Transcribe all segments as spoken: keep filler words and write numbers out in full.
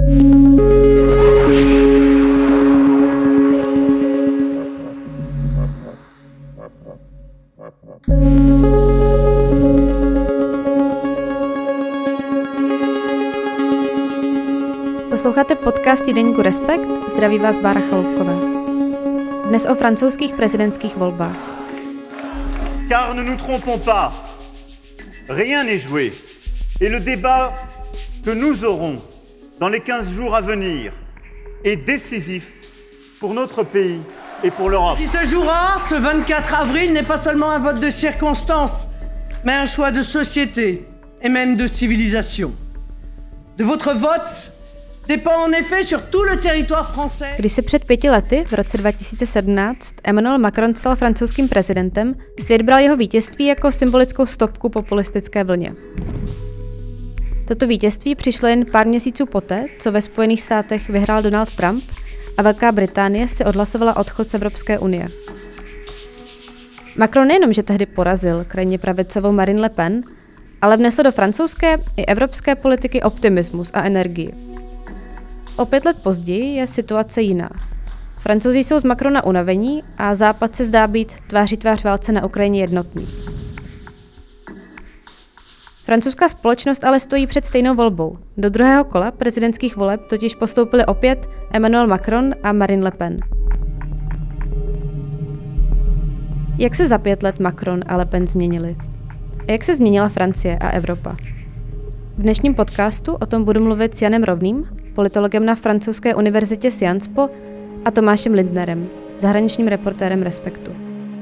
Posloucháte podcast týdeníku Respekt, zdraví vás Bára Chaloupková. Dnes o francouzských prezidentských volbách. Car ne nous trompons pas, rien n'est joué. Et le débat que nous aurons dans les quinze jours à venir est décisif pour notre pays et pour l'Europe. Qui se jouera ce vingt-quatre avril n'est pas seulement un vote de circonstance, mais un choix de société et même de civilisation. De votre vote dépend en effet sur tout le territoire français. Když se před pěti lety, v roce dva tisíce sedmnáct, Emmanuel Macron stal francouzským prezidentem, svět bral jeho vítězství jako symbolickou stopku populistické vlně. Toto vítězství přišlo jen pár měsíců poté, co ve Spojených státech vyhrál Donald Trump a Velká Británie si odhlasovala odchod z Evropské unie. Macron nejenom, že tehdy porazil krajně pravicovou Marine Le Pen, ale vnesl do francouzské i evropské politiky optimismus a energii. O pět let později je situace jiná. Francouzi jsou z Macrona unavení a Západ se zdá být tváří tvář válce na Ukrajině jednotný. Francouzská společnost ale stojí před stejnou volbou. Do druhého kola prezidentských voleb totiž postoupili opět Emmanuel Macron a Marine Le Pen. Jak se za pět let Macron a Le Pen změnili? A jak se změnila Francie a Evropa? V dnešním podcastu o tom budu mluvit s Janem Rovným, politologem na francouzské univerzitě Sciences Po, a Tomášem Lindnerem, zahraničním reportérem Respektu.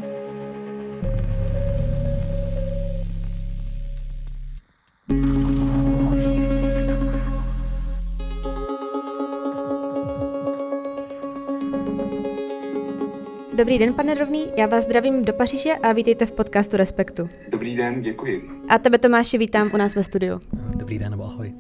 Dobrý den, pane Rovný, já vás zdravím do Paříže a vítejte v podcastu Respektu. Dobrý den, děkuji. A tebe, Tomáši, vítám u nás ve studiu. Dobrý den, nebo ahoj.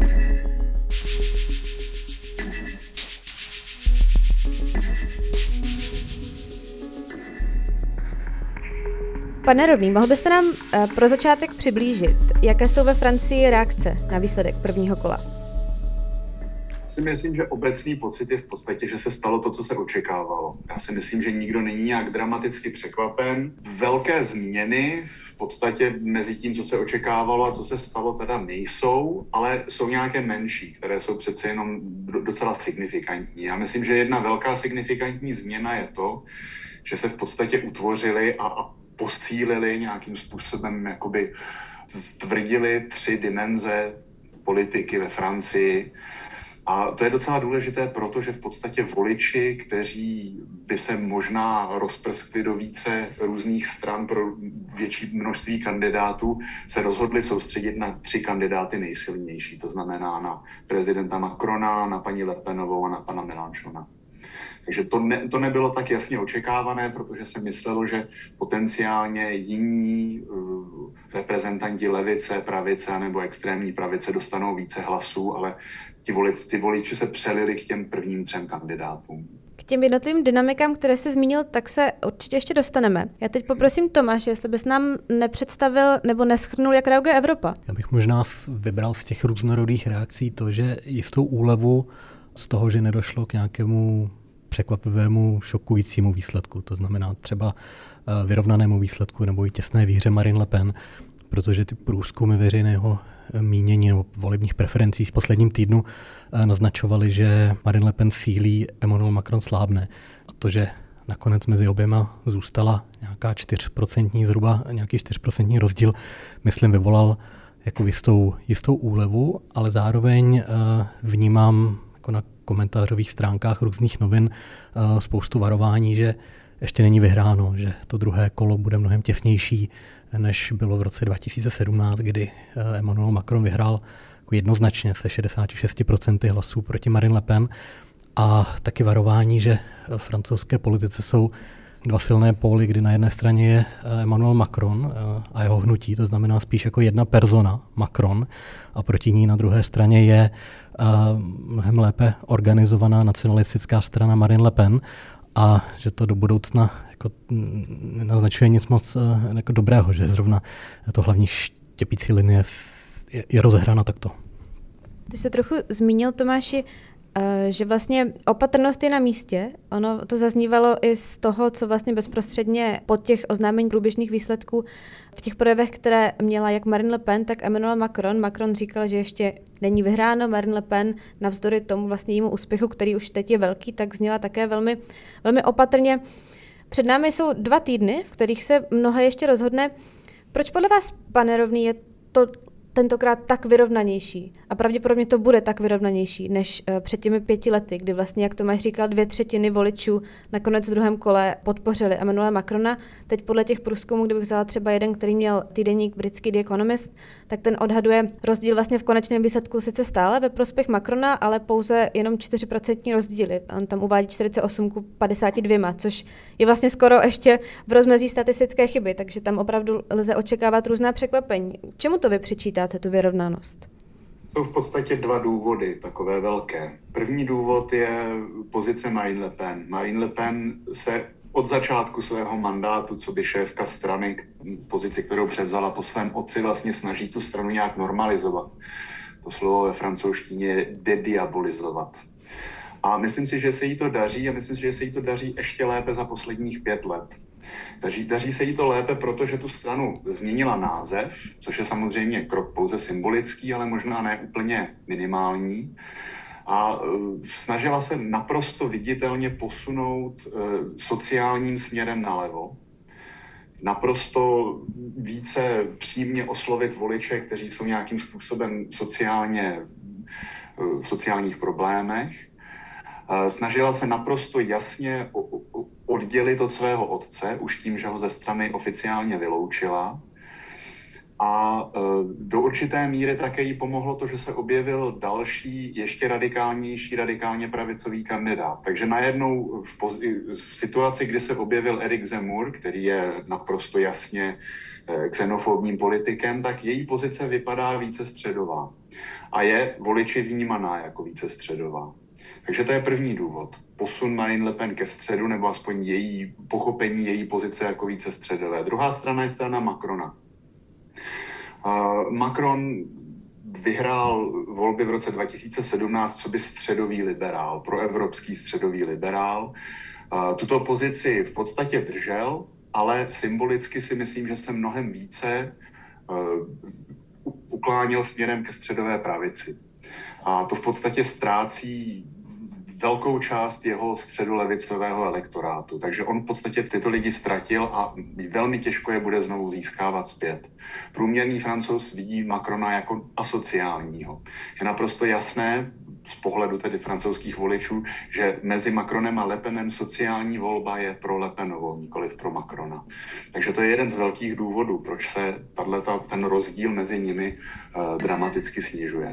Pane Rovný, mohl byste nám uh, pro začátek přiblížit, jaké jsou ve Francii reakce na výsledek prvního kola? Já si myslím, že obecný pocit je v podstatě, že se stalo to, co se očekávalo. Já si myslím, že nikdo není nějak dramaticky překvapen. Velké změny v podstatě mezi tím, co se očekávalo a co se stalo, teda nejsou, ale jsou nějaké menší, které jsou přece jenom docela signifikantní. Já myslím, že jedna velká signifikantní změna je to, že se v podstatě utvořily a, a posílili nějakým způsobem, jakoby stvrdili tři dimenze politiky ve Francii. A to je docela důležité, protože v podstatě voliči, kteří by se možná rozprskli do více různých stran pro větší množství kandidátů, se rozhodli soustředit na tři kandidáty nejsilnější. To znamená na prezidenta Macrona, na paní Le Penovou a na pana Mélenchona. Takže to, ne, to nebylo tak jasně očekávané, protože se myslelo, že potenciálně jiní uh, reprezentanti levice, pravice nebo extrémní pravice dostanou více hlasů, ale ti voliči, ty voliči se přelili k těm prvním třem kandidátům. K těm jednotlivým dynamikám, které jsi zmínil, tak se určitě ještě dostaneme. Já teď poprosím Tomáše, jestli bys nám nepředstavil nebo neshrnul, jak reaguje Evropa. Já bych možná vybral z těch různorodých reakcí to, že jistou úlevu z toho, že nedošlo k nějakému překvapivému, šokujícímu výsledku. To znamená třeba vyrovnanému výsledku nebo i těsné výhře Marine Le Pen, protože ty průzkumy veřejného mínění nebo volebních preferencí z posledním týdnu naznačovaly, že Marine Le Pen sílí, Emmanuel Macron slábne. A to, že nakonec mezi oběma zůstala nějaká čtyřprocentní, zhruba nějaký čtyřprocentní rozdíl, myslím, vyvolal jako jistou, jistou úlevu, ale zároveň vnímám jako na komentářových stránkách různých novin spoustu varování, že ještě není vyhráno, že to druhé kolo bude mnohem těsnější, než bylo v roce dva tisíce sedmnáct, kdy Emmanuel Macron vyhrál jako jednoznačně se šedesát šest procent hlasů proti Marine Le Pen. A taky varování, že v francouzské politice jsou dva silné póly, kdy na jedné straně je Emmanuel Macron a jeho hnutí, to znamená spíš jako jedna persona, Macron, a proti ní na druhé straně je mnohem lépe organizovaná nacionalistická strana Marine Le Pen a že to do budoucna jako naznačuje nic moc jako dobrého, že zrovna to hlavní štěpící linie je, je rozehrána takto. Ty jsi trochu zmínil, Tomáši, že vlastně opatrnost je na místě. Ono to zaznívalo i z toho, co vlastně bezprostředně po těch oznámení průběžných výsledků v těch projevech, které měla jak Marine Le Pen, tak Emmanuel Macron. Macron říkal, že ještě není vyhráno. Marine Le Pen navzdory tomu vlastně jejímu úspěchu, který už teď je velký, tak zněla také velmi, velmi opatrně. Před námi jsou dva týdny, v kterých se mnohé ještě rozhodne. Proč podle vás, pane Rovný, je to tentokrát tak vyrovnanější a pravděpodobně to bude tak vyrovnanější než uh, před těmi pěti lety, kdy vlastně, jak Tomáš říkal, dvě třetiny voličů nakonec v druhém kole podpořili Emmanuela Macrona. Teď podle těch průzkumů, kdybych vzala třeba jeden, který měl týdeník britský The Economist, tak ten odhaduje rozdíl vlastně v konečném výsledku sice stále ve prospěch Macrona, ale pouze jenom čtyři procentní rozdíly. On tam uvádí čtyřicet osm ku padesáti dvěma, což je vlastně skoro ještě v rozmezí statistické chyby, takže tam opravdu lze očekávat různá překvapení. Čemu to vy přičítáte? Tu vyrovnanost? Jsou v podstatě dva důvody, takové velké. První důvod je pozice Marine Le Pen. Marine Le Pen se od začátku svého mandátu, co by šéfka strany, pozici, kterou převzala po svém otci, vlastně snaží tu stranu nějak normalizovat. To slovo ve francouzštině je dediabolizovat. A myslím si, že se jí to daří a myslím si, že se jí to daří ještě lépe za posledních pět let. Daří, daří se jí to lépe, protože tu stranu změnila název, což je samozřejmě krok pouze symbolický, ale možná ne úplně minimální. A snažila se naprosto viditelně posunout sociálním směrem nalevo. Naprosto více přímě oslovit voliče, kteří jsou nějakým způsobem sociálně, v sociálních problémech. Snažila se naprosto jasně oddělit od svého otce, už tím, že ho ze strany oficiálně vyloučila. A do určité míry také jí pomohlo to, že se objevil další, ještě radikálnější, radikálně pravicový kandidát. Takže najednou v, pozi- v situaci, kdy se objevil Eric Zemmour, který je naprosto jasně xenofobním politikem, tak její pozice vypadá více středová. A je voliči vnímaná jako více středová. Takže to je první důvod. Posun Marine Le Pen ke středu, nebo aspoň její pochopení, její pozice jako více středové. Druhá strana je strana Macrona. Uh, Macron vyhrál volby v roce dva tisíce sedmnáct co by středový liberál, proevropský středový liberál. Uh, tuto pozici v podstatě držel, ale symbolicky si myslím, že se mnohem více uh, uklánil směrem ke středové pravici. A to v podstatě ztrácí velkou část jeho středolevicového elektorátu. Takže on v podstatě tyto lidi ztratil a velmi těžko je bude znovu získávat zpět. Průměrný Francouz vidí Macrona jako asociálního. Je naprosto jasné z pohledu tedy francouzských voličů, že mezi Macronem a Le Penem sociální volba je pro Le Penovou, nikoliv pro Macrona. Takže to je jeden z velkých důvodů, proč se tato, ten rozdíl mezi nimi uh, dramaticky snižuje.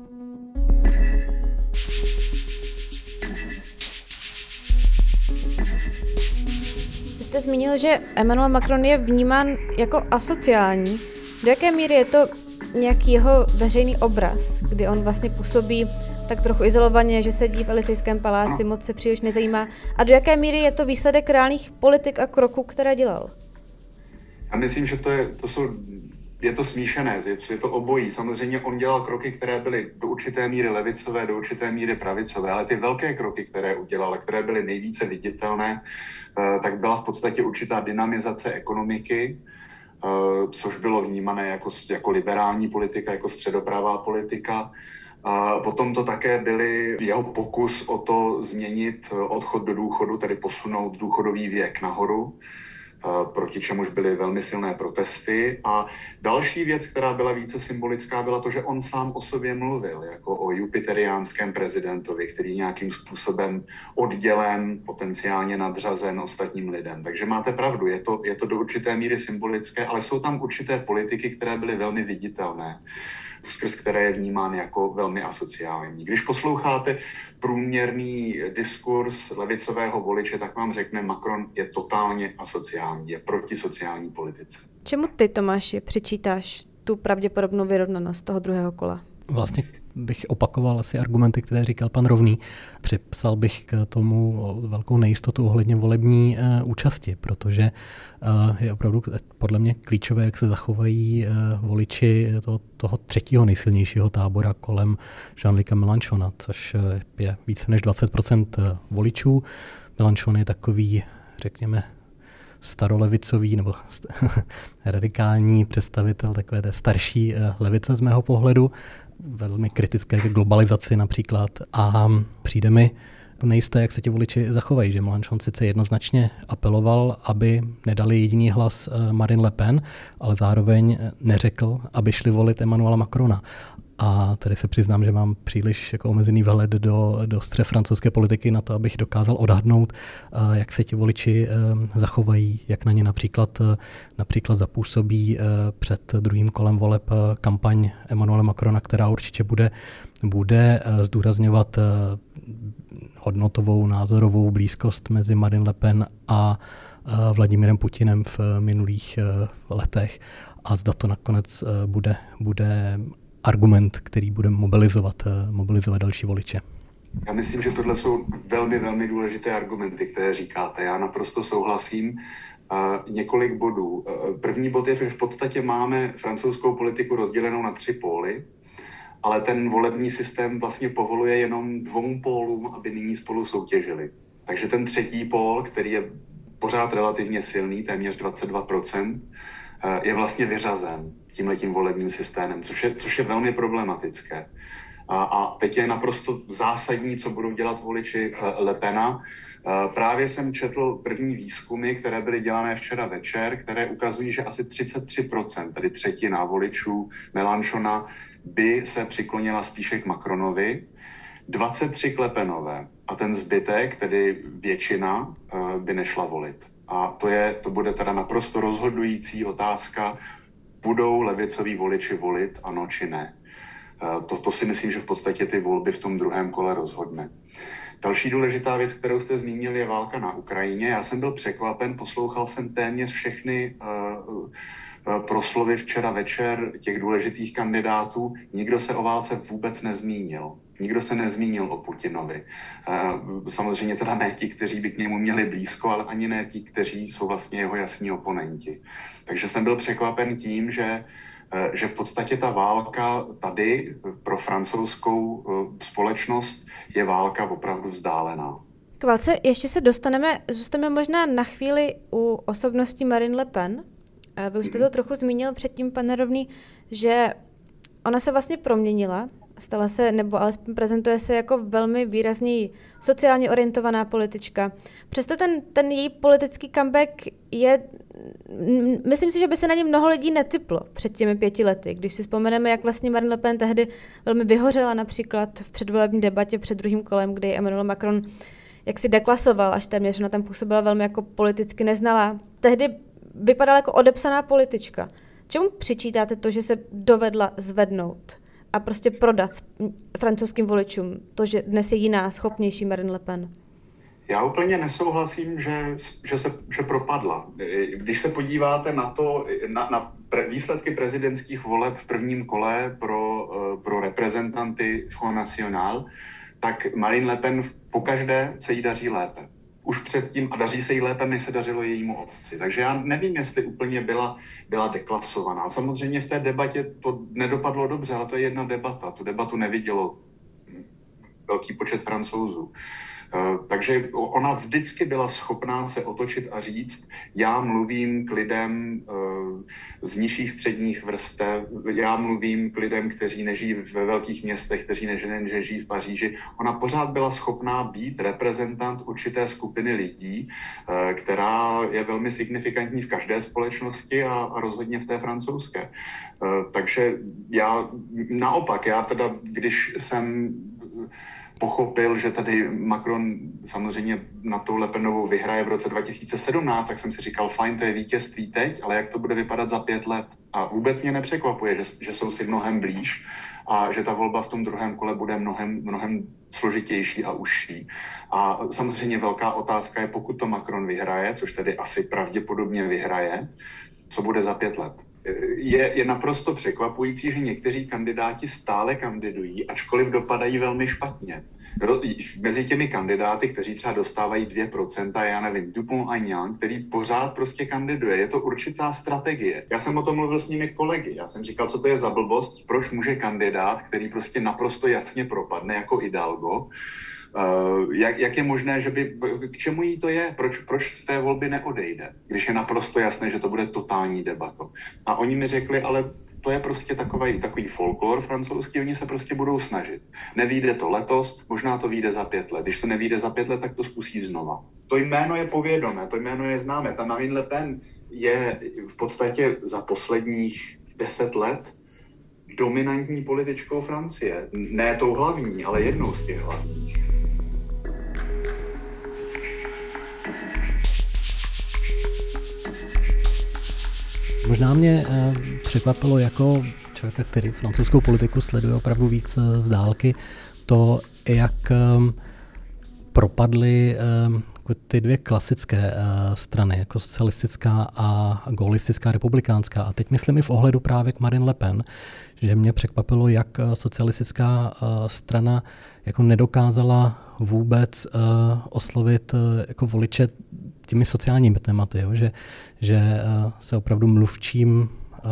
Jste zmínil, že Emmanuel Macron je vnímán jako asociální. Do jaké míry je to nějaký jeho veřejný obraz, kdy on vlastně působí tak trochu izolovaně, že sedí v Elysejském paláci, moc se příliš nezajímá? A do jaké míry je to výsledek reálných politik a kroků, které dělal? Já myslím, že to je, to jsou, je to smíšené, je to, je to obojí. Samozřejmě on dělal kroky, které byly do určité míry levicové, do určité míry pravicové, ale ty velké kroky, které udělal, které byly nejvíce viditelné, tak byla v podstatě určitá dynamizace ekonomiky, což bylo vnímané jako, jako liberální politika, jako středopravá politika. A potom to také byly jeho pokus o to změnit odchod do důchodu, tedy posunout důchodový věk nahoru, proti čemuž byly velmi silné protesty. A další věc, která byla více symbolická, byla to, že on sám o sobě mluvil jako o jupiteriánském prezidentovi, který nějakým způsobem oddělen, potenciálně nadřazen ostatním lidem. Takže máte pravdu, je to, je to do určité míry symbolické, ale jsou tam určité politiky, které byly velmi viditelné, skrz které je vnímán jako velmi asociální. Když posloucháte průměrný diskurs levicového voliče, tak vám řekne, Macron je totálně asociální, je proti sociální politice. Čemu ty, Tomáši, přičítáš tu pravděpodobnou vyrovnanost toho druhého kola? Vlastně bych opakoval asi argumenty, které říkal pan Rovný. Připsal bych k tomu velkou nejistotu ohledně volební uh, účasti, protože uh, je opravdu podle mě klíčové, jak se zachovají uh, voliči toho, toho třetího nejsilnějšího tábora kolem Jean-Luca Mélenchona, což uh, je více než dvacet procent voličů. Mélenchon je takový, řekněme, starolevicový nebo radikální představitel takové té starší levice z mého pohledu, velmi kritické k globalizaci například. A přijde mi nejisté, jak se ti voliči zachovají, že Mélenchon sice jednoznačně apeloval, aby nedali jediný hlas Marine Le Pen, ale zároveň neřekl, aby šli volit Emmanuela Macrona. A tady se přiznám, že mám příliš jako omezený vhled do, do střev francouzské politiky na to, abych dokázal odhadnout, jak se ti voliči zachovají, jak na ně například, například zapůsobí před druhým kolem voleb kampaň Emmanuela Macrona, která určitě bude, bude zdůrazňovat hodnotovou, názorovou blízkost mezi Marine Le Pen a Vladimirem Putinem v minulých letech. A zda to nakonec bude, bude argument, který bude mobilizovat, mobilizovat další voliče. Já myslím, že tohle jsou velmi, velmi důležité argumenty, které říkáte. Já naprosto souhlasím. Uh, několik bodů. Uh, první bod je, že v podstatě máme francouzskou politiku rozdělenou na tři póly, ale ten volební systém vlastně povoluje jenom dvou pólům, aby nyní spolu soutěžili. Takže ten třetí pól, který je pořád relativně silný, téměř dvacet dva procent, uh, je vlastně vyřazen tímhletím volebním systémem, což je, což je velmi problematické. A, a teď je naprosto zásadní, co budou dělat voliči Le Pena. Právě jsem četl první výzkumy, které byly dělané včera večer, které ukazují, že asi třicet tři procent, tedy třetina voličů Mélenchona, by se přiklonila spíše k Macronovi, dvacet tři k Le Penové a ten zbytek, tedy většina, by nešla volit. A to, je, to bude teda naprosto rozhodující otázka, budou levicoví voliči volit, ano či ne. To, to si myslím, že v podstatě ty volby v tom druhém kole rozhodne. Další důležitá věc, kterou jste zmínili, je válka na Ukrajině. Já jsem byl překvapen, poslouchal jsem téměř všechny uh, uh, proslovy včera večer těch důležitých kandidátů. Nikdo se o válce vůbec nezmínil. Nikdo se nezmínil o Putinovi. Uh, samozřejmě teda ne ti, kteří by k němu měli blízko, ale ani ne ti, kteří jsou vlastně jeho jasní oponenti. Takže jsem byl překvapen tím, že že v podstatě ta válka tady pro francouzskou společnost je válka opravdu vzdálená. K válce ještě se dostaneme, zůstaneme možná na chvíli u osobnosti Marine Le Pen. Vy už jste to trochu zmínil předtím, pane Rovný, že ona se vlastně proměnila, stala se, nebo alespoň prezentuje se jako velmi výrazně sociálně orientovaná politička. Přesto ten, ten její politický comeback je, myslím si, že by se na něm mnoho lidí netyplo před těmi pěti lety. Když si vzpomeneme, jak vlastně Marine Le Pen tehdy velmi vyhořela například v předvolební debatě před druhým kolem, kdy Emmanuel Macron jak si deklasoval, až téměř ona tam působila velmi jako politicky neznalá. Tehdy vypadala jako odepsaná politička. Čemu přičítáte to, že se dovedla zvednout a prostě prodat francouzským voličům to, že dnes je jiná, schopnější Marine Le Pen? Já úplně nesouhlasím, že, že se že propadla. Když se podíváte na to, na, na pre, výsledky prezidentských voleb v prvním kole pro, pro reprezentanty Front National, tak Marine Le Pen pokaždé se jí daří lépe. Už předtím a daří se jí lépe, než se dařilo jejímu otci. Takže já nevím, jestli úplně byla, byla deklasovaná. Samozřejmě v té debatě to nedopadlo dobře, ale to je jedna debata. Tu debatu nevidělo velký počet Francouzů. Takže ona vždycky byla schopná se otočit a říct, já mluvím k lidem z nižších středních vrstev, já mluvím k lidem, kteří nežijí ve velkých městech, kteří nežijí v Paříži. Ona pořád byla schopná být reprezentant určité skupiny lidí, která je velmi signifikantní v každé společnosti a, a rozhodně v té francouzské. Takže já naopak, já teda, když jsem pochopil, že tady Macron samozřejmě na tou Le Penovou vyhraje v roce dva tisíce sedmnáct, tak jsem si říkal, fajn, to je vítězství teď, ale jak to bude vypadat za pět let? A vůbec mě nepřekvapuje, že, že jsou si mnohem blíž a že ta volba v tom druhém kole bude mnohem, mnohem složitější a užší. A samozřejmě velká otázka je, pokud to Macron vyhraje, což tedy asi pravděpodobně vyhraje, co bude za pět let? je, je naprosto překvapující, že někteří kandidáti stále kandidují, ačkoliv dopadají velmi špatně. Mezi těmi kandidáty, kteří třeba dostávají dvě procenta, já nevím, Dupont-Aignan, který pořád prostě kandiduje. Je to určitá strategie. Já jsem o tom mluvil s nimi kolegy. Já jsem říkal, co to je za blbost, proč může kandidát, který prostě naprosto jasně propadne jako Hidalgo, Uh, jak, jak je možné, že by, k čemu jí to je, proč, proč z té volby neodejde, když je naprosto jasné, že to bude totální debakl. A oni mi řekli, ale to je prostě takový, takový folklor francouzský, oni se prostě budou snažit. Nevyjde to letos, možná to vyjde za pět let. Když to nevyjde za pět let, tak to zkusí znova. To jméno je povědomé, to jméno je známé. Ta Marine Le Pen je v podstatě za posledních deset let dominantní političkou Francie. Ne tou hlavní, ale jednou z těch hlavních. Možná mě překvapilo jako člověka, který francouzskou politiku sleduje opravdu víc z dálky, to, jak propadly ty dvě klasické strany, jako socialistická a gaullistická republikánská. A teď myslím i v ohledu právě k Marine Le Pen, že mě překvapilo, jak socialistická strana jako nedokázala vůbec oslovit jako voliče těmi sociálními tématy, jo? Že, že se opravdu mluvčím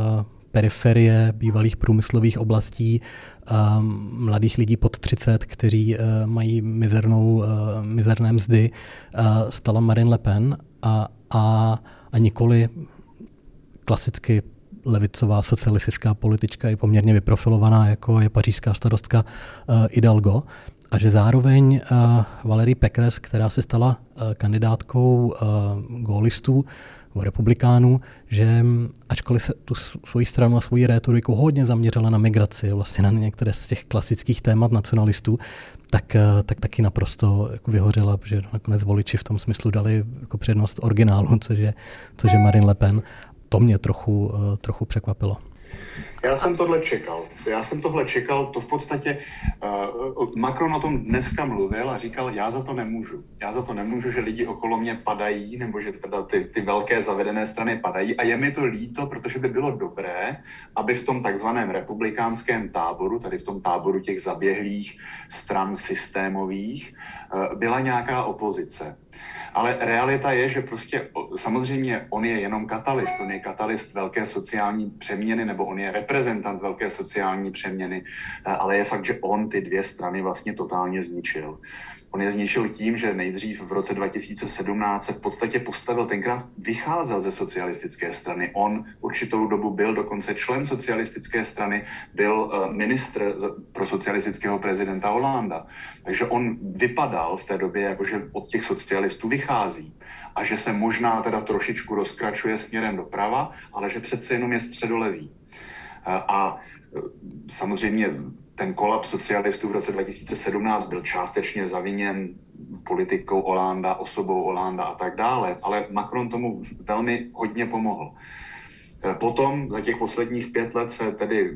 periferie bývalých průmyslových oblastí, mladých lidí pod třicet, kteří mají mizernou, mizerné mzdy, stala Marine Le Pen a, a, a nikoli klasicky levicová socialistická politička je poměrně vyprofilovaná, jako je pařížská starostka Hidalgo. A že zároveň uh, Valérie Pécresse, která se stala uh, kandidátkou uh, gaullistů, republikánů, že ačkoliv se tu svoji stranu a svoji rétoriku hodně zaměřila na migraci, vlastně na některé z těch klasických témat nacionalistů, tak, uh, tak taky naprosto jako vyhořela, protože nakonec voliči v tom smyslu dali jako přednost originálu, což je, což je Marine Le Pen. To mě trochu, uh, trochu překvapilo. Já jsem tohle čekal. Já jsem tohle čekal, to v podstatě uh, Macron o tom dneska mluvil a říkal, já za to nemůžu. Já za to nemůžu, že lidi okolo mě padají, nebo že teda ty, ty velké zavedené strany padají a je mi to líto, protože by bylo dobré, aby v tom takzvaném republikánském táboru, tady v tom táboru těch zaběhlých stran systémových, uh, byla nějaká opozice. Ale realita je, že prostě samozřejmě on je jenom katalist, on je katalist velké sociální přeměny, nebo on je reprezentant velké sociální přeměny, ale je fakt, že on ty dvě strany vlastně totálně zničil. On je zničil tím, že nejdřív v roce dva tisíce sedmnáct se v podstatě postavil, tenkrát vycházel ze socialistické strany. On určitou dobu byl dokonce člen socialistické strany, byl ministr pro socialistického prezidenta Hollanda. Takže on vypadal v té době, jako že od těch socialistů vychází a že se možná teda trošičku rozkračuje směrem doprava, ale že přece jenom je středolevý. A samozřejmě ten kolaps socialistů v roce dva tisíce sedmnáct byl částečně zaviněn politikou Hollanda, osobou Hollanda a tak dále, ale Macron tomu velmi hodně pomohl. Potom za těch posledních pět let se tedy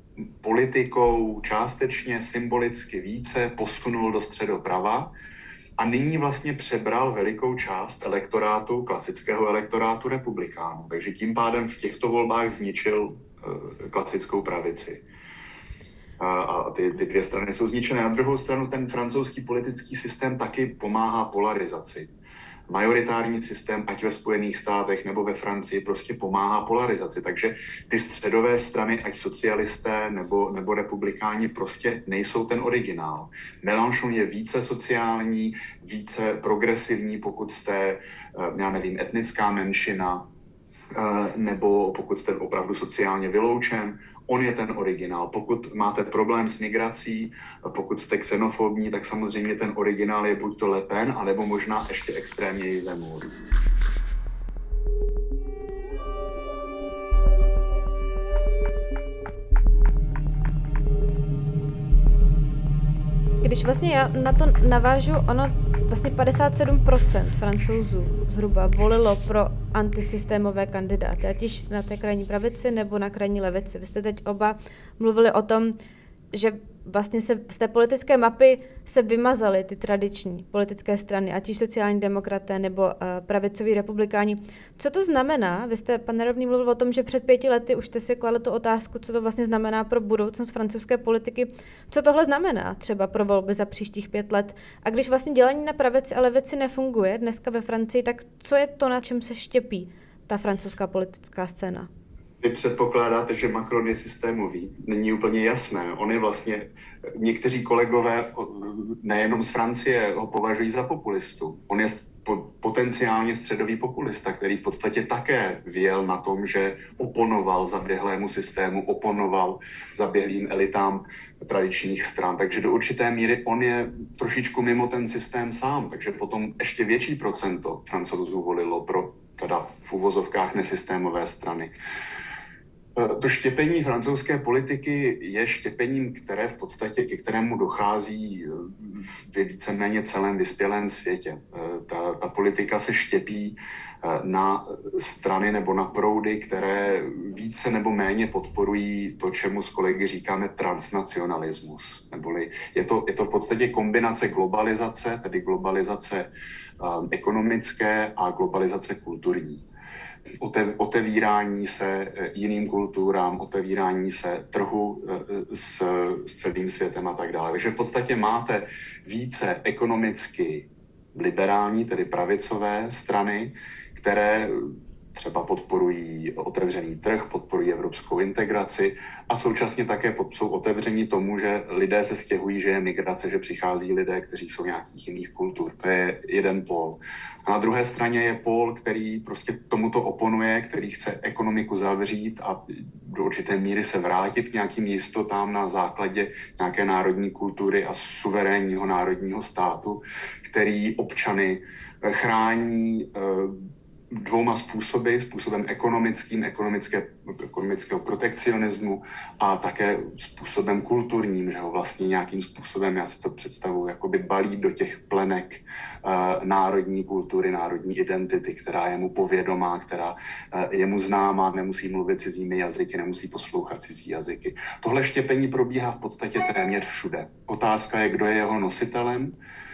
politikou částečně symbolicky více posunul do středoprava a nyní vlastně přebral velikou část elektorátu, klasického elektorátu republikánů. Takže tím pádem v těchto volbách zničil klasickou pravici. A ty, ty dvě strany jsou zničené. Na druhou stranu ten francouzský politický systém taky pomáhá polarizaci. Majoritární systém, ať ve Spojených státech nebo ve Francii, prostě pomáhá polarizaci. Takže ty středové strany, ať socialisté nebo, nebo republikáni, prostě nejsou ten originál. Mélenchon je více sociální, více progresivní, pokud jste, já nevím, etnická menšina, nebo pokud jste opravdu sociálně vyloučen, on je ten originál. Pokud máte problém s migrací, pokud jste xenofobní, tak samozřejmě ten originál je buď to Le Pen, anebo možná ještě extrémněji Zemmour. Když vlastně já na to navážu, ono vlastně padesát sedm procent Francouzů zhruba volilo pro antisystémové kandidáty, ať již na té krajní pravici nebo na krajní levici. Vy jste teď oba mluvili o tom, že vlastně se z té politické mapy se vymazaly ty tradiční politické strany, ať už sociální demokraté nebo uh, pravicoví republikáni. Co to znamená? Vy jste, pan Nerovný, mluvil o tom, že před pěti lety už jste si kladli tu otázku, co to vlastně znamená pro budoucnost francouzské politiky. Co tohle znamená třeba pro volby za příštích pět let? A když vlastně dělení na pravici a levici nefunguje dneska ve Francii, tak co je to, na čem se štěpí ta francouzská politická scéna? Vy předpokládáte, že Macron je systémový. Není úplně jasné. On je vlastně, někteří kolegové, nejenom z Francie, ho považují za populistu. On je potenciálně středový populista, který v podstatě také vyjel na tom, že oponoval zaběhlému systému, oponoval zaběhlým elitám tradičních stran. Takže do určité míry on je trošičku mimo ten systém sám. Takže potom ještě větší procento Francouzů volilo pro teda v uvozovkách nesystémové strany. To štěpení francouzské politiky je štěpením, které v podstatě, ke kterému dochází ve víceméně celém vyspělém světě. Ta, ta politika se štěpí na strany nebo na proudy, které více nebo méně podporují to, čemu s kolegy říkáme transnacionalismus. Neboli je to, je to v podstatě kombinace globalizace, tedy globalizace ekonomické a globalizace kulturní. Otevírání se jiným kulturám, otevírání se trhu s, s celým světem a tak dále. Takže v podstatě máte více ekonomicky liberální, tedy pravicové strany, které třeba podporují otevřený trh, podporují evropskou integraci a současně také jsou otevření tomu, že lidé se stěhují, že je migrace, že přichází lidé, kteří jsou nějakých jiných kultur. To je jeden pól. A na druhé straně je pól, který prostě tomuto oponuje, který chce ekonomiku zavřít a do určité míry se vrátit k nějakým jistotám na základě nějaké národní kultury a suverénního národního státu, který občany chrání dvouma způsoby, způsobem ekonomickým, ekonomické, ekonomického protekcionismu a také způsobem kulturním, že ho vlastně nějakým způsobem, já si to představuji, jakoby balí do těch plenek uh, národní kultury, národní identity, která je mu povědomá, která uh, je mu známá, nemusí mluvit cizími jazyky, nemusí poslouchat cizí jazyky. Tohle štěpení probíhá v podstatě téměř všude. Otázka je, kdo je jeho nositelem.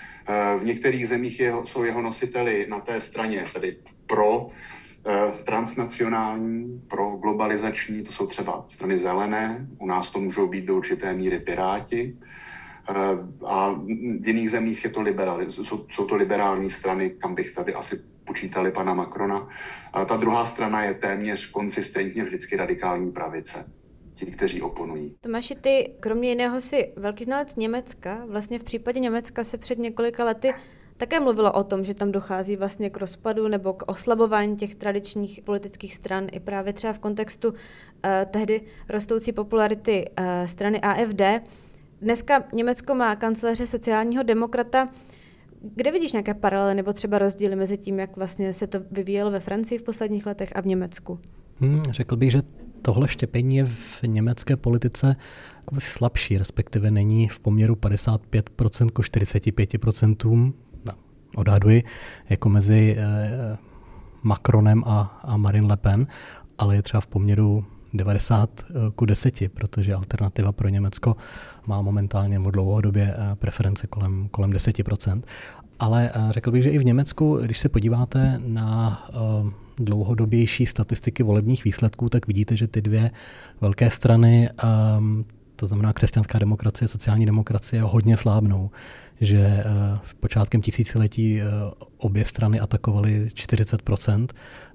V některých zemích jeho, jsou jeho nositeli na té straně, tedy pro eh, transnacionální, pro globalizační, to jsou třeba strany zelené, u nás to můžou být do určité míry Piráti, eh, a v jiných zemích je to liberální, jsou, jsou to liberální strany, kam bych tady asi počítali pana Macrona. A ta druhá strana je téměř konsistentně vždycky radikální pravice. Ti, kteří oponují. Tomáši, ty kromě jiného si velký znalec Německa. Vlastně v případě Německa se před několika lety také mluvilo o tom, že tam dochází vlastně k rozpadu nebo k oslabování těch tradičních politických stran i právě třeba v kontextu uh, tehdy rostoucí popularity uh, strany A F D. Dneska Německo má kancléře sociálního demokrata. Kde vidíš nějaké paralely nebo třeba rozdíly mezi tím, jak vlastně se to vyvíjelo ve Francii v posledních letech a v Německu? Hmm, řekl bych, že tohle štěpení je v německé politice slabší, respektive není v poměru padesát pět procent ku čtyřicet pět procent, no, odhaduji, jako mezi eh, Macronem a, a Marine Le Pen, ale je třeba v poměru devadesát ku deseti, protože alternativa pro Německo má momentálně v dlouhodobě preference kolem, kolem deset procent. Ale řekl bych, že i v Německu, když se podíváte na uh, dlouhodobější statistiky volebních výsledků, tak vidíte, že ty dvě velké strany, um, to znamená křesťanská demokracie, sociální demokracie, hodně slábnou. Že uh, v počátkem tisíciletí uh, obě strany atakovaly čtyřicet procent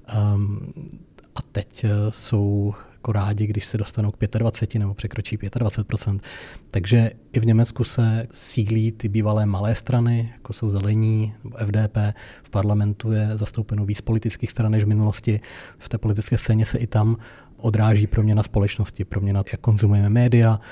um, a teď uh, jsou jako rádi, když se dostanou k dvacet pět nebo překročí dvacet pět procent. Takže i v Německu se sílí ty bývalé malé strany, jako jsou Zelení nebo F D P. V parlamentu je zastoupeno víc politických stran než v minulosti. V té politické scéně se i tam odráží proměna společnosti, proměna, jak konzumujeme média,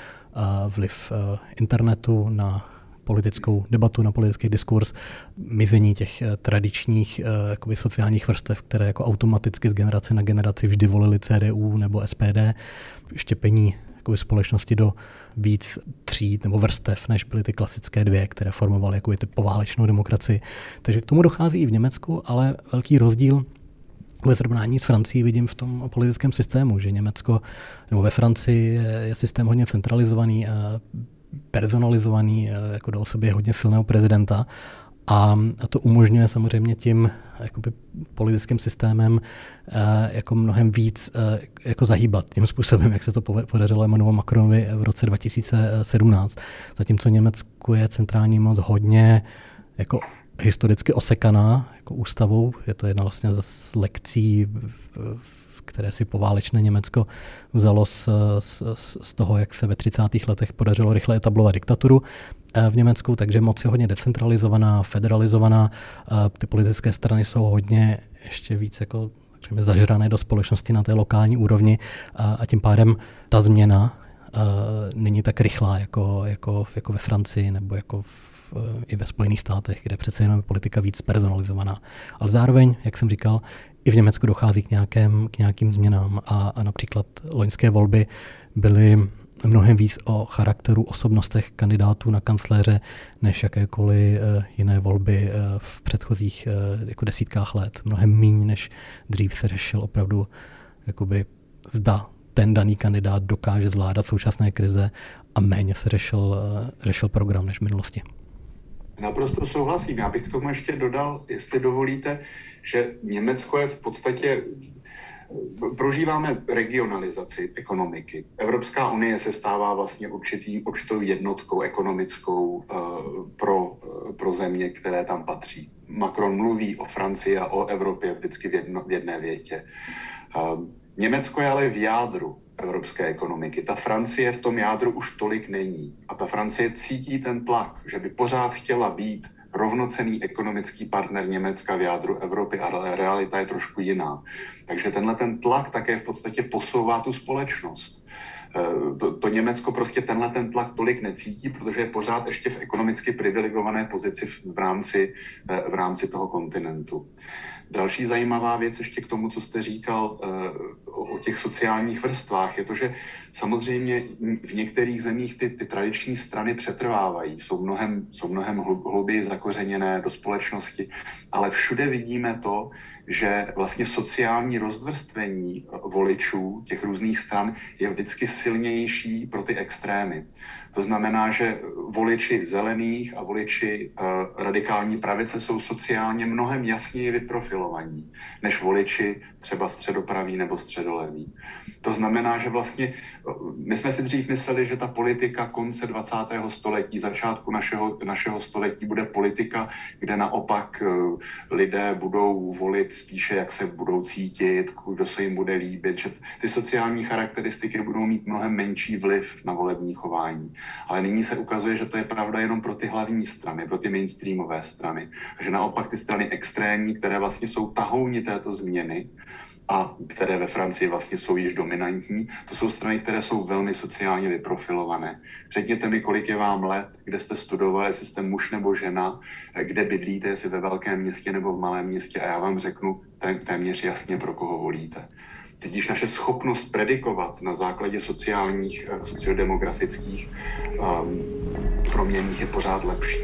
vliv internetu na politickou debatu, na politický diskurs, mizení těch tradičních jakoby sociálních vrstev, které jako automaticky z generace na generaci vždy volili C D U nebo S P D, štěpení jakoby společnosti do víc tříd nebo vrstev, než byly ty klasické dvě, které formovaly jakoby ty poválečnou demokracii. Takže k tomu dochází i v Německu, ale velký rozdíl ve srovnání s Francií vidím v tom politickém systému, že Německo nebo ve Francii je systém hodně centralizovaný a personalizovaný, jako do sobě hodně silného prezidenta. A to umožňuje samozřejmě tím jakoby politickým systémem jako mnohem víc jako zahýbat tím způsobem, jak se to podařilo Emmanuelu Macronovi v roce dva tisíce sedmnáct. Zatímco Německu je centrální moc hodně jako historicky osekaná jako ústavou. Je to jedna vlastně z lekcí, které si poválečné Německo vzalo z, z, z toho, jak se ve třicátých letech podařilo rychle etablovat diktaturu v Německu, takže moc je hodně decentralizovaná, federalizovaná. Ty politické strany jsou hodně ještě víc jako zažrané do společnosti na té lokální úrovni a, a tím pádem ta změna a, není tak rychlá jako, jako, jako ve Francii nebo jako v, i ve Spojených státech, kde přece jenom je politika víc personalizovaná. Ale zároveň, jak jsem říkal, i v Německu dochází k, nějakém, k nějakým změnám a, a například loňské volby byly mnohem víc o charakteru, osobnostech kandidátů na kancléře, než jakékoliv uh, jiné volby uh, v předchozích uh, jako desítkách let. Mnohem míň, než dřív se řešil opravdu, jakoby zda ten daný kandidát dokáže zvládat současné krize a méně se řešil, uh, řešil program než v minulosti. Naprosto souhlasím. Já bych k tomu ještě dodal, jestli dovolíte, že Německo je v podstatě, prožíváme regionalizaci ekonomiky. Evropská unie se stává vlastně určitý, určitou jednotkou ekonomickou uh, pro, uh, pro země, které tam patří. Macron mluví o Francii a o Evropě vždycky v, jedno, v jedné větě. Uh, Německo je ale v jádru evropské ekonomiky. Ta Francie v tom jádru už tolik není. A ta Francie cítí ten tlak, že by pořád chtěla být rovnocenný ekonomický partner Německa v jádru Evropy, ale realita je trošku jiná. Takže tenhle ten tlak také v podstatě posouvá tu společnost. To, to Německo prostě tenhle ten tlak tolik necítí, protože je pořád ještě v ekonomicky privilegované pozici v, v, rámci, v rámci toho kontinentu. Další zajímavá věc ještě k tomu, co jste říkal o těch sociálních vrstvách, je to, že samozřejmě v některých zemích ty, ty tradiční strany přetrvávají, jsou mnohem, jsou mnohem hlouběji zakořeněné do společnosti, ale všude vidíme to, že vlastně sociální rozvrstvení voličů těch různých stran je vždycky silnější pro ty extrémy. To znamená, že voliči zelených a voliči uh, radikální pravice jsou sociálně mnohem jasněji vyprofilovaní, než voliči třeba středopraví nebo středoleví. To znamená, že vlastně my jsme si dřív mysleli, že ta politika konce dvacátého století, začátku našeho, našeho století bude politika, kde naopak uh, lidé budou volit spíše, jak se budou cítit, kdo se jim bude líbit, že ty sociální charakteristiky budou mít mnohem menší vliv na volební chování. Ale nyní se ukazuje, že to je pravda jenom pro ty hlavní strany, pro ty mainstreamové strany. A že naopak ty strany extrémní, které vlastně jsou tahouni této změny a které ve Francii vlastně jsou již dominantní, to jsou strany, které jsou velmi sociálně vyprofilované. Řekněte mi, kolik je vám let, kde jste studovali, jestli jste muž nebo žena, kde bydlíte, jestli ve velkém městě nebo v malém městě a já vám řeknu téměř jasně, pro koho volíte. Tudíž naše schopnost predikovat na základě sociálních, sociodemografických um, proměnných je pořád lepší.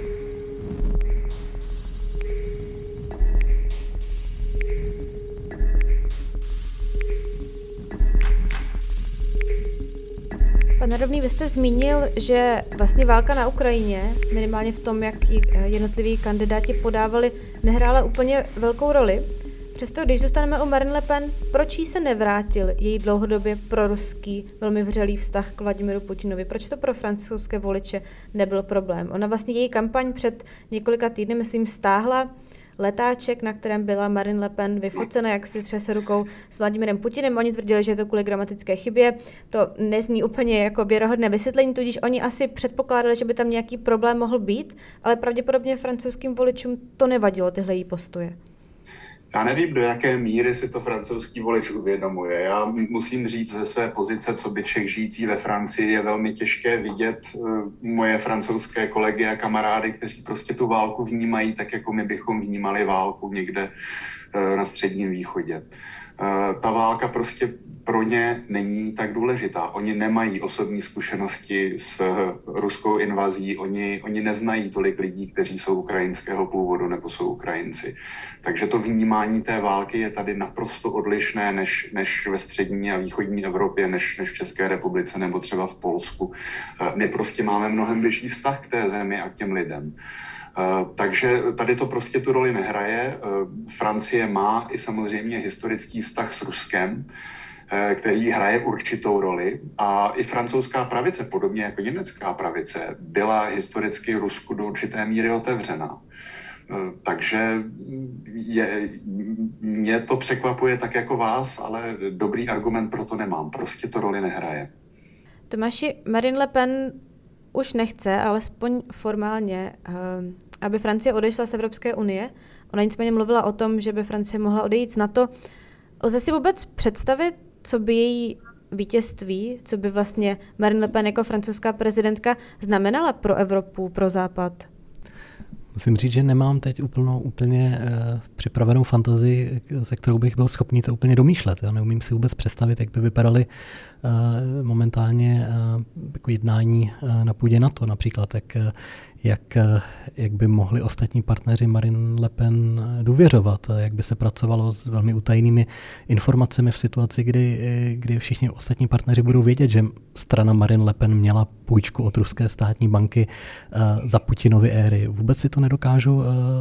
Pane Rovný, vy jste zmínil, že vlastně válka na Ukrajině, minimálně v tom, jak jednotliví kandidáti podávali, nehrála úplně velkou roli. Přesto, když zůstaneme u Marine Le Pen, proč jí se nevrátil její dlouhodobě proruský, velmi vřelý vztah k Vladimiru Putinovi? Proč to pro francouzské voliče nebyl problém? Ona vlastně její kampaň před několika týdny, myslím, stáhla letáček, na kterém byla Marine Le Pen vyfocena, jak si třese rukou s Vladimirem Putinem. Oni tvrdili, že je to kvůli gramatické chybě. To nezní úplně jako věrohodné vysvětlení, tudíž oni asi předpokládali, že by tam nějaký problém mohl být, ale pravděpodobně francouzským voličům to nevadilo, tyhle její postoje. Já nevím, do jaké míry si to francouzský volič uvědomuje. Já musím říct ze své pozice, co by Čech žijící ve Francii, je velmi těžké vidět moje francouzské kolegy a kamarády, kteří prostě tu válku vnímají tak, jako my bychom vnímali válku někde na Středním východě. Ta válka prostě pro ně není tak důležitá. Oni nemají osobní zkušenosti s ruskou invazí, oni, oni neznají tolik lidí, kteří jsou ukrajinského původu nebo jsou Ukrajinci. Takže to vnímání té války je tady naprosto odlišné než, než ve střední a východní Evropě, než, než v České republice nebo třeba v Polsku. My prostě máme mnohem bližší vztah k té zemi a k těm lidem. Takže tady to prostě tu roli nehraje. Francie má i samozřejmě historický vztah s Ruskem, který hraje určitou roli. A i francouzská pravice, podobně jako německá pravice, byla historicky Rusku do určité míry otevřená. Takže je, mě to překvapuje tak jako vás, ale dobrý argument pro to nemám. Prostě to roli nehraje. Tomáši, Marine Le Pen už nechce, alespoň formálně, aby Francie odešla z Evropské unie. Ona nicméně mluvila o tom, že by Francie mohla odejít z NATO. Lze si vůbec představit, co by její vítězství, co by vlastně Marine Le Pen jako francouzská prezidentka znamenala pro Evropu, pro Západ? Musím říct, že nemám teď úplnou, úplně uh, připravenou fantazii, se kterou bych byl schopný to úplně domýšlet. Já neumím si vůbec představit, jak by vypadaly uh, momentálně uh, jako jednání uh, na půdě NATO například, jak, uh, jak, uh, jak by mohli ostatní partneři Marine Le Pen důvěřovat, jak by se pracovalo s velmi utajenými informacemi v situaci, kdy, kdy všichni ostatní partneři budou vědět, že strana Marine Le Pen měla půjčku od ruské státní banky uh, za Putinovy éry. Vůbec si to nedokážu uh,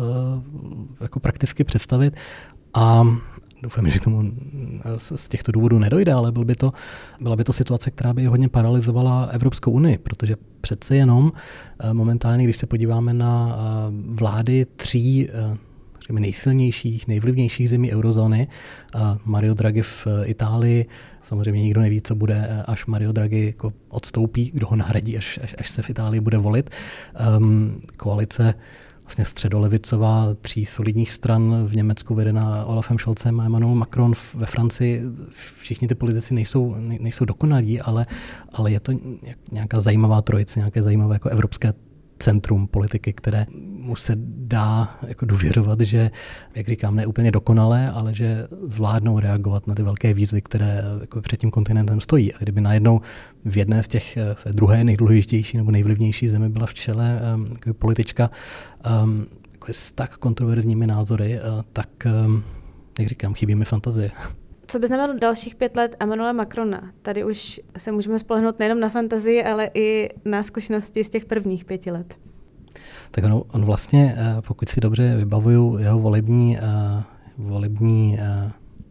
jako prakticky představit a doufám, že tomu z těchto důvodů nedojde, ale byl by to, byla by to situace, která by hodně paralyzovala Evropskou unii, protože přece jenom momentálně, když se podíváme na vlády tří nejsilnějších, nejvlivnějších zemí eurozóny, Mario Draghi v Itálii, samozřejmě nikdo neví, co bude, až Mario Draghi jako odstoupí, kdo ho nahradí, až, až, až se v Itálii bude volit. Um, koalice vlastně středolevicová tří solidních stran v Německu vedená Olafem Scholzem a Emmanuel Macron ve Francii. Všichni ty politici nejsou, nejsou dokonalí, ale, ale je to nějaká zajímavá trojice, nějaké zajímavé jako evropské centrum politiky, které mu se dá jako důvěřovat, že, jak říkám, ne úplně dokonalé, ale že zvládnou reagovat na ty velké výzvy, které jako před tím kontinentem stojí. A kdyby najednou v jedné z těch druhé nejdůležitější nebo nejvlivnější zemi byla v čele jako politička um, jako s tak kontroverzními názory, uh, tak, um, jak říkám, chybí mi fantazie. Co by znamenalo dalších pět let Emmanuela Macrona? Tady už se můžeme spolehnout nejenom na fantazii, ale i na zkušenosti z těch prvních pěti let. Tak on, on vlastně, pokud si dobře vybavuju jeho volební, uh, volební uh,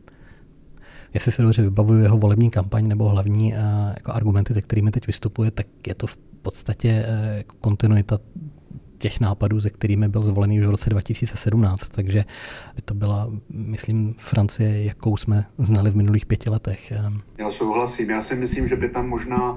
jestli si dobře vybavuju jeho volební kampaň nebo hlavní uh, jako argumenty, se kterými teď vystupuje, tak je to v podstatě uh, jako kontinuita těch nápadů, se kterými byl zvolený už v roce dva tisíce sedmnáct. Takže by to byla, myslím, Francie, jakou jsme znali v minulých pěti letech. Já souhlasím. Já si myslím, že by tam možná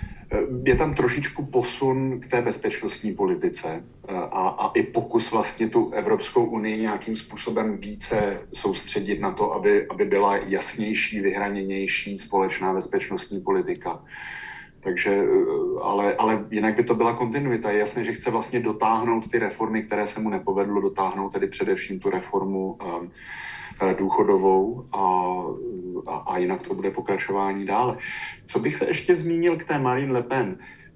je tam trošičku posun k té bezpečnostní politice a, a i pokus vlastně tu Evropskou unii nějakým způsobem více soustředit na to, aby, aby byla jasnější, vyhraněnější společná bezpečnostní politika. Takže, ale, ale jinak by to byla kontinuita. Je jasné, že chce vlastně dotáhnout ty reformy, které se mu nepovedlo dotáhnout, tedy především tu reformu uh, důchodovou a, a, a jinak to bude pokračování dále. Co bych se ještě zmínil k té Marine Le Pen,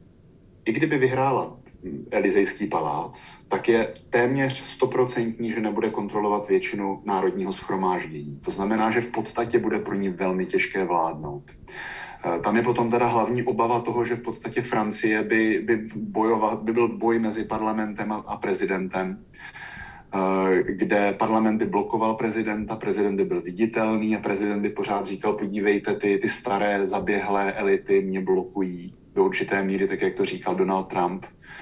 i kdyby vyhrála Elysejský palác, tak je téměř stoprocentní, že nebude kontrolovat většinu národního shromáždění. To znamená, že v podstatě bude pro ní velmi těžké vládnout. Tam je potom teda hlavní obava toho, že v podstatě Francie by, by, bojovat, by byl boj mezi parlamentem a, a prezidentem, kde parlament by blokoval prezidenta, prezident by byl viditelný a prezident by pořád říkal, podívejte, ty, ty staré zaběhlé elity mě blokují do určité míry, tak jak to říkal Donald Trump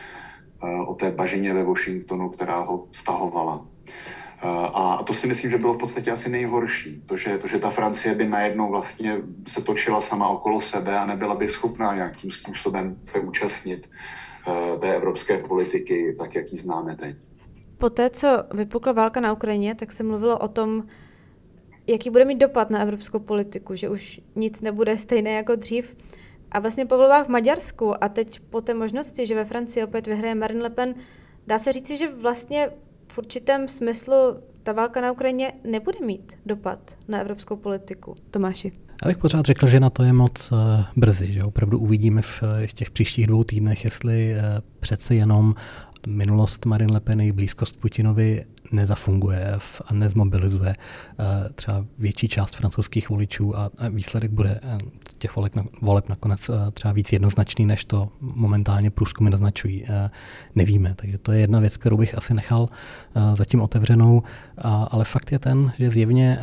o té bažině ve Washingtonu, která ho stahovala. A to si myslím, že bylo v podstatě asi nejhorší. To že, to, že ta Francie by najednou vlastně se točila sama okolo sebe a nebyla by schopná nějakým způsobem se účastnit té evropské politiky, tak jak ji známe teď. Poté, co vypukla válka na Ukrajině, tak se mluvilo o tom, jaký bude mít dopad na evropskou politiku, že už nic nebude stejné jako dřív. A vlastně po volbách v Maďarsku a teď po té možnosti, že ve Francii opět vyhraje Marine Le Pen, dá se říci, že vlastně v určitém smyslu ta válka na Ukrajině nebude mít dopad na evropskou politiku? Tomáši. Já bych pořád řekl, že na to je moc brzy, že opravdu uvidíme v těch příštích dvou týdnech, jestli přece jenom minulost Marine Le Pen i blízkost Putinovi nezafunguje a nezmobilizuje třeba větší část francouzských voličů a výsledek bude těch voleb, voleb nakonec třeba víc jednoznačný, než to momentálně průzkumy naznačují. Nevíme, takže to je jedna věc, kterou bych asi nechal zatím otevřenou, ale fakt je ten, že zjevně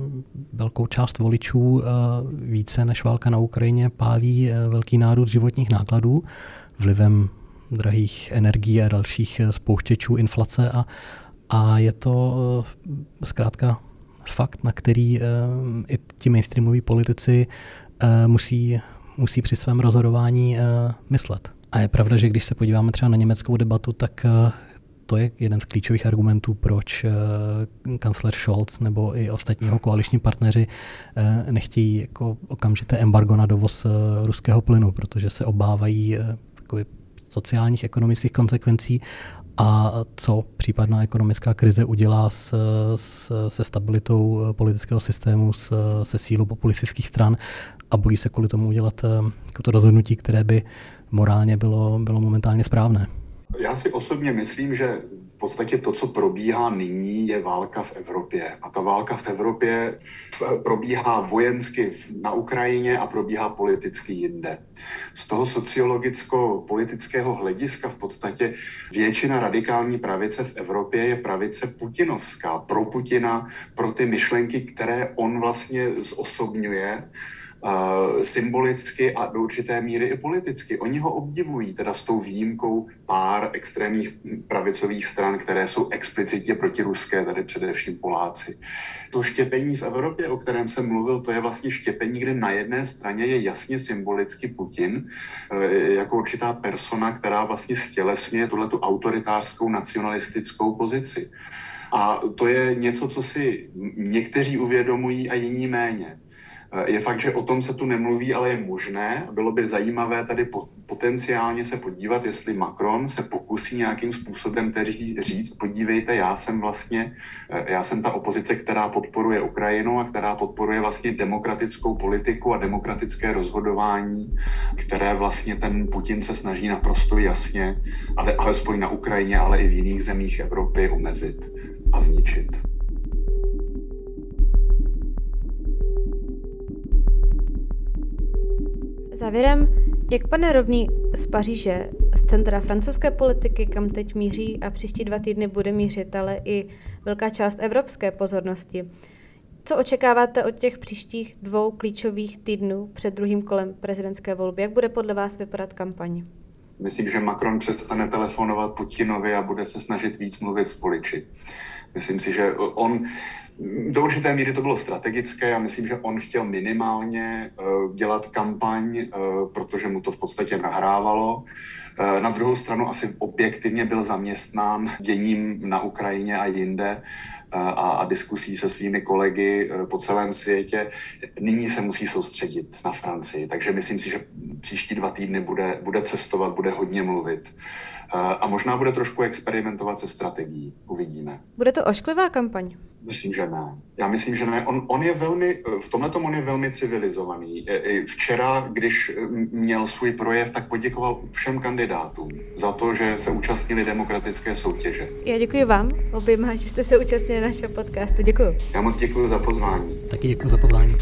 velkou část voličů více než válka na Ukrajině pálí velký nárůst životních nákladů vlivem drahých energií a dalších spouštěčů inflace a, a je to zkrátka fakt, na který i ti mainstreamoví politici musí, musí při svém rozhodování myslet. A je pravda, že když se podíváme třeba na německou debatu, tak to je jeden z klíčových argumentů, proč kancléř Scholz nebo i ostatní jeho koaliční partneři nechtějí jako okamžité embargo na dovoz ruského plynu, protože se obávají takový sociálních, ekonomických konsekvencí a co případná ekonomická krize udělá s, s, se stabilitou politického systému, s, se sílou populistických stran a bojí se kvůli tomu udělat to rozhodnutí, které by morálně bylo, bylo momentálně správné. Já si osobně myslím, že v podstatě to, co probíhá nyní, je válka v Evropě. A ta válka v Evropě probíhá vojensky na Ukrajině a probíhá politicky jinde. Z toho sociologicko-politického hlediska v podstatě většina radikální pravice v Evropě je pravice putinovská. Pro Putina, pro ty myšlenky, které on vlastně zosobňuje, Uh, symbolicky a do určité míry i politicky. Oni ho obdivují, teda s tou výjimkou pár extrémních pravicových stran, které jsou explicitně protiruské, tady především Poláci. To štěpení v Evropě, o kterém jsem mluvil, to je vlastně štěpení, kde na jedné straně je jasně symbolicky Putin, uh, jako určitá persona, která vlastně stělesňuje tuhletu autoritářskou nacionalistickou pozici. A to je něco, co si někteří uvědomují a jiní méně. Je fakt, že o tom se tu nemluví, ale je možné. Bylo by zajímavé tady potenciálně se podívat, jestli Macron se pokusí nějakým způsobem tedy říct, podívejte, já jsem vlastně, já jsem ta opozice, která podporuje Ukrajinu a která podporuje vlastně demokratickou politiku a demokratické rozhodování, které vlastně ten Putin se snaží naprosto jasně, ale alespoň na Ukrajině, ale i v jiných zemích Evropy omezit a zničit. Závěrem, jak pane Rovný z Paříže, z centra francouzské politiky, kam teď míří a příští dva týdny bude mířit, ale i velká část evropské pozornosti. Co očekáváte od těch příštích dvou klíčových týdnů před druhým kolem prezidentské volby? Jak bude podle vás vypadat kampaň? Myslím, že Macron přestane telefonovat Putinovi a bude se snažit víc mluvit s voliči. Myslím si, že on, do určité míry to bylo strategické, já myslím, že on chtěl minimálně uh, dělat kampaň, uh, protože mu to v podstatě nahrávalo. Uh, na druhou stranu asi objektivně byl zaměstnán děním na Ukrajině a jinde uh, a, a diskusí se svými kolegy uh, po celém světě. Nyní se musí soustředit na Francii, takže myslím si, že příští dva týdny bude, bude cestovat, bude hodně mluvit. A možná bude trošku experimentovat se strategií. Uvidíme. Bude to ošklivá kampaň? Myslím, že ne. Já myslím, že ne. On, on je velmi, v tomhletom on je velmi civilizovaný. Včera, když měl svůj projev, tak poděkoval všem kandidátům za to, že se účastnili demokratické soutěže. Já děkuji vám oběma, že jste se účastnili našeho podcastu. Děkuji. Já moc děkuji za pozvání. Taky děkuji za pozvání.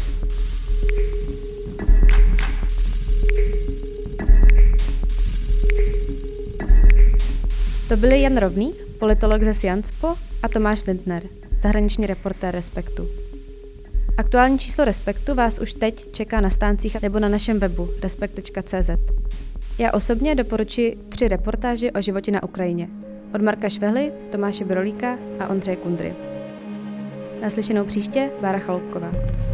To byli Jan Rovný, politolog ze Sciences Po, a Tomáš Lindner, zahraniční reportér Respektu. Aktuální číslo Respektu vás už teď čeká na stáncích nebo na našem webu respekt tečka cé zet. Já osobně doporučuji tři reportáže o životě na Ukrajině. Od Marka Švehly, Tomáše Brolíka a Ondřeje Kundry. Naslyšenou příště, Bára Chaloupková.